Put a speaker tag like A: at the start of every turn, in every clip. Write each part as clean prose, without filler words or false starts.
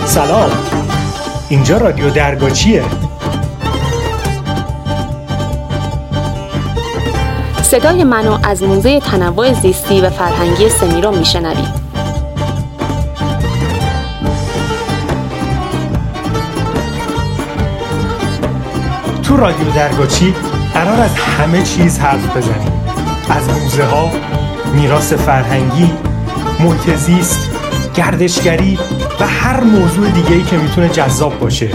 A: سلام، اینجا رادیو درگاچیه.
B: صدای منو از موزه تنوع زیستی و فرهنگی سمیرام میشنوید.
A: تو رادیو درگاچی قرار از همه چیز حرف بزنیم، از موزه ها، میراث فرهنگی، محیط زیست، گردشگری و هر موضوع دیگه‌ای که میتونه جذاب باشه.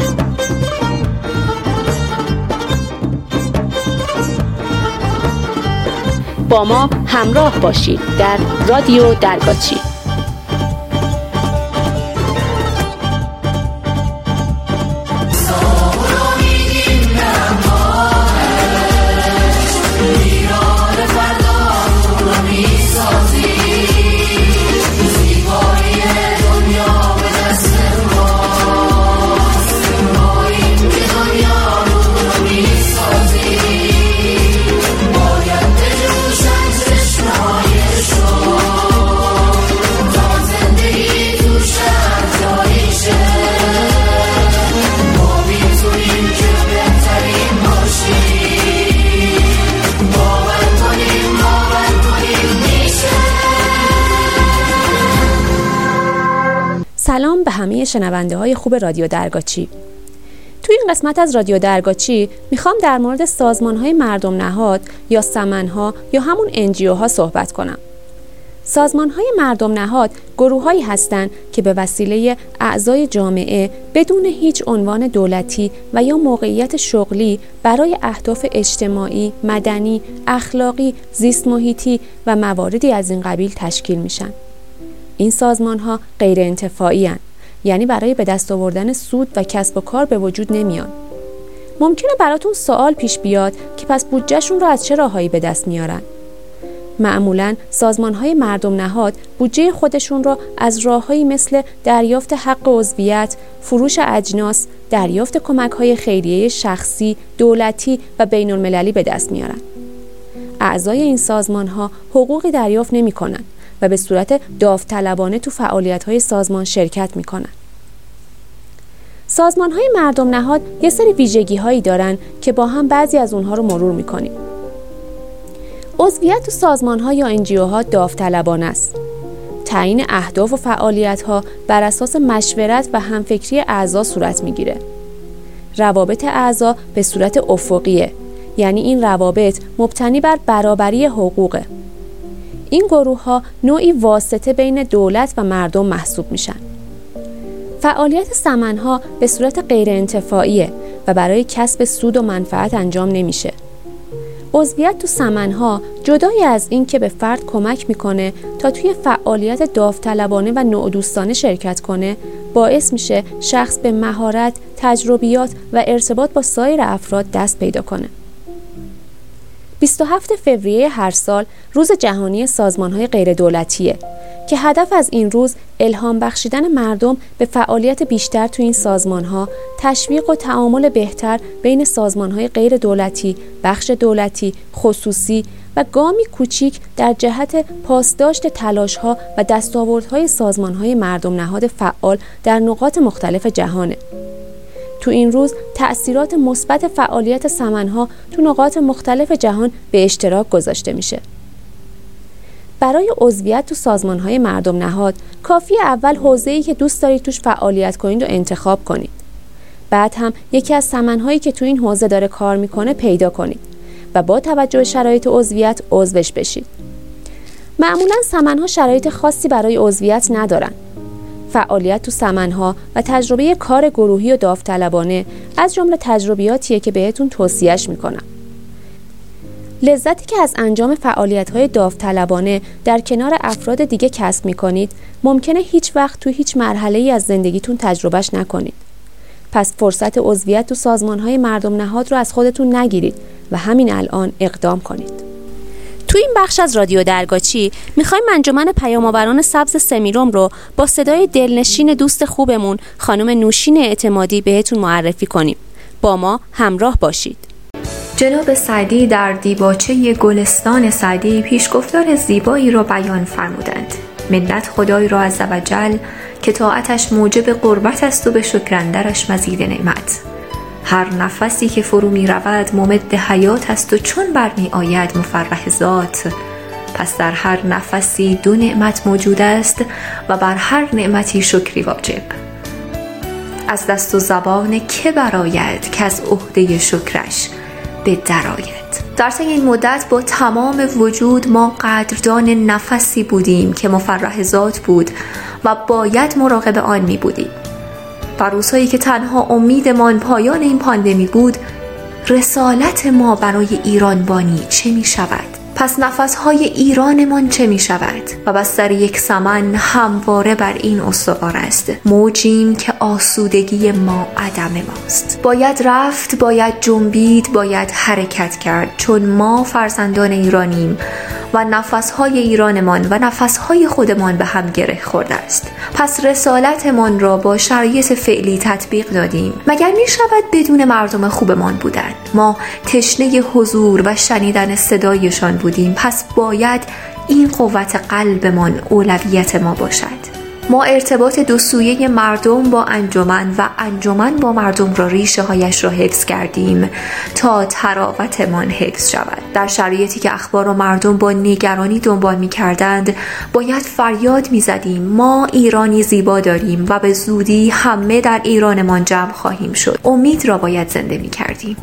B: با ما همراه باشید در رادیو درگاچی. سلام به همه شنونده های خوب رادیو درگاچی. توی این قسمت از رادیو درگاچی میخوام در مورد سازمان های مردم نهاد یا سمن ها یا همون NGO ها صحبت کنم. سازمان های مردم نهاد گروه هایی هستند که به وسیله اعضای جامعه بدون هیچ عنوان دولتی و یا موقعیت شغلی برای اهداف اجتماعی، مدنی، اخلاقی، زیست محیطی و مواردی از این قبیل تشکیل میشن. این سازمان ها غیر انتفاعی هستند، یعنی برای به دست آوردن سود و کسب و کار به وجود نمیان. ممکنه براتون سوال پیش بیاد که پس بودجهشون رو از چه راههایی به دست میارن؟ معمولاً سازمان های مردم نهاد بودجه خودشون رو از راههایی مثل دریافت حق عضویت، فروش اجناس، دریافت کمک های خیریه شخصی، دولتی و بین المللی به دست میارن. اعضای این سازمان ها حقوقی دریافت نمیکنن و به صورت داوطلبانه تو فعالیت‌های سازمان شرکت می‌کنند. سازمان‌های مردم نهاد یه سری ویژگی‌هایی دارن که با هم بعضی از اونها رو مرور می‌کنیم. عضویت تو سازمان‌ها یا NGOها داوطلبانه است. تعیین اهداف و فعالیت‌ها بر اساس مشورت و همفکری اعضا صورت می‌گیره. روابط اعضا به صورت افقیه، یعنی این روابط مبتنی بر برابری حقوقه. این گروه‌ها نوعی واسطه بین دولت و مردم محسوب میشن. فعالیت سمن‌ها به صورت غیر انتفاعیه و برای کسب سود و منفعت انجام نمیشه. عضویت تو سمن‌ها جدای از این که به فرد کمک میکنه تا توی فعالیت داوطلبانه و نوع‌دوستانه شرکت کنه، باعث میشه شخص به مهارت، تجربیات و ارتباط با سایر افراد دست پیدا کنه. 27 فوریه هر سال روز جهانی سازمان‌های غیردولتیه که هدف از این روز الهام بخشیدن مردم به فعالیت بیشتر تو این سازمان‌ها، تشویق و تعامل بهتر بین سازمان‌های غیردولتی، بخش دولتی، خصوصی و گامی کوچیک در جهت پاسداشت تلاش‌ها و دستاوردهای سازمان‌های مردم نهاد فعال در نقاط مختلف جهانه. تو این روز تأثیرات مثبت فعالیت سمن‌ها تو نقاط مختلف جهان به اشتراک گذاشته میشه. برای عضویت تو سازمان‌های مردم نهاد کافیه اول حوزه‌ای که دوست دارید توش فعالیت کنید و انتخاب کنید. بعد هم یکی از سمن‌هایی که تو این حوزه داره کار میکنه پیدا کنید و با توجه به شرایط عضویت عضوش بشید. معمولاً سمن‌ها شرایط خاصی برای عضویت ندارن. فعالیت تو سمن‌ها و تجربه کار گروهی و داوطلبانه از جمله تجربیاتیه که بهتون توصیه‌اش میکنم. لذتی که از انجام فعالیت‌های داوطلبانه در کنار افراد دیگه کسب می‌کنید، ممکنه هیچ وقت تو هیچ مرحله‌ای از زندگیتون تجربهش نکنید. پس فرصت عضویت تو سازمان‌های مردم نهاد رو از خودتون نگیرید و همین الان اقدام کنید. تو این بخش از رادیو درگاچی میخوایم انجمن پیام‌آوران سبز سمیرام رو با صدای دلنشین دوست خوبمون خانم نوشین اعتمادی بهتون معرفی کنیم. با ما همراه باشید.
C: جناب سعدی در دیباچه گلستان سعدی پیشگفتار زیبایی را بیان فرمودند. منت خدای را عزوجل که طاعتش موجب قربت است و به شکر اندرش مزید نعمت. هر نفسی که فرو می رود ممد حیات است و چون برمی آید مفرح ذات. پس در هر نفسی 2 نعمت موجود است و بر هر نعمتی شکری واجب. از دست و زبان که براید که از عهده شکرش به درآید. در طی این مدت با تمام وجود ما قدردان نفسی بودیم که مفرح ذات بود و باید مراقب آن می بودیم. در روزهایی که تنها امیدمان پایان این پاندمی بود، رسالت ما برای ایران بانی چه می شود؟ پس نفسهای ایرانمان چه می شود؟ و بستر یک سمن همواره بر این استوار است: موجیم که آسودگی ما عدم ماست. باید رفت، باید جنبید، باید حرکت کرد، چون ما فرزندان ایرانیم و نفسهای ایرانمان و نفسهای خودمان به هم گره خورده است. پس رسالتمان را با شرایط فعلی تطبیق دادیم. مگر می شود بدون مردم خوبمان بودن؟ ما تشنه حضور و شنیدن صدایشان بودیم. پس باید این قوت قلبمان اولویت ما باشد. ما ارتباط 2 سویه مردم با انجمن و انجمن با مردم را ریشه هایش را حفظ کردیم تا تراوتمان حفظ شود. در شرایطی که اخبار و مردم با نگرانی دنبال می کردند، باید فریاد می زدیم: ما ایرانی زیبا داریم و به زودی همه در ایرانمان جمع خواهیم شد. امید را باید زنده می کردیم.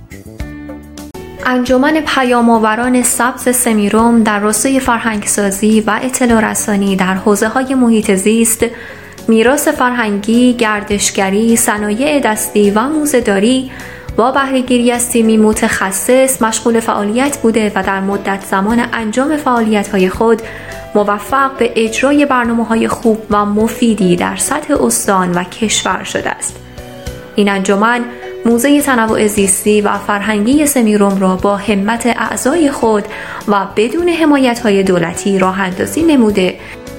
C: انجمن پیام‌آوران سبز سمیرم در راستای فرهنگسازی و اطلاع رسانی در حوزه‌های محیط زیست، میراث فرهنگی، گردشگری، صنایع دستی و موزه‌داری با بهره‌گیری از تیمی متخصص مشغول فعالیت بوده و در مدت زمان انجام فعالیت‌های خود موفق به اجرای برنامه‌های خوب و مفیدی در سطح استان و کشور شده است. این انجمن موزه تنوع زیستی و فرهنگی سمیرم را با همت اعضای خود و بدون حمایت‌های دولتی راه اندازی نموده.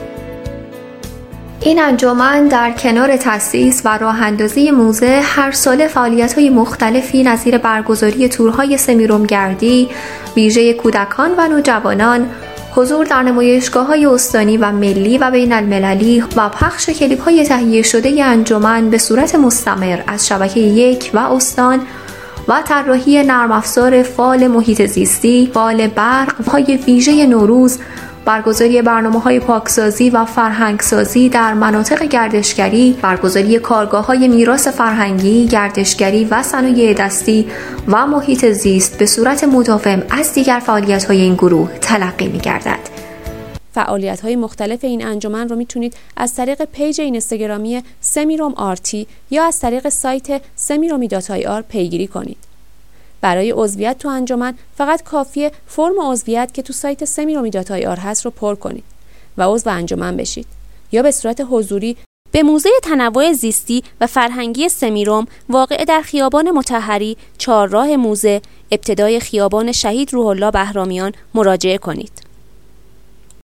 C: این انجمن در کنار تأسیس و راه اندازی موزه هر ساله فعالیت‌های مختلفی نظیر برگزاری تورهای سمیرم گردی ویژه کودکان و نوجوانان، حضور در نمایشگاه‌های استانی و ملی و بین المللی و پخش کلیپ‌های تهیه شده انجمن به صورت مستمر از شبکه 1 و استان و طراحی نرم افزار فال محیط زیستی، فال برق های ویژه نوروز، برگزاری برنامه‌های پاکسازی و فرهنگسازی در مناطق گردشگری، برگزاری کارگاه‌های میراث فرهنگی، گردشگری و صنایع دستی و محیط زیست به صورت مداوم از دیگر فعالیت‌های این گروه تلقی می‌گردد.
B: فعالیت‌های مختلف این انجمن رو میتونید از طریق پیج اینستاگرامی سمیرم آرتی یا از طریق سایت semiromi.ir پیگیری کنید. برای عضویت تو انجمن فقط کافیه فرم عضویت که تو سایت semiromi.ir هست رو پر کنید و عضو انجمن بشید، یا به صورت حضوری به موزه تنوع زیستی و فرهنگی سمیرم واقع در خیابان مطهری 4 راه موزه ابتدای خیابان شهید روح الله بهرامیان مراجعه کنید.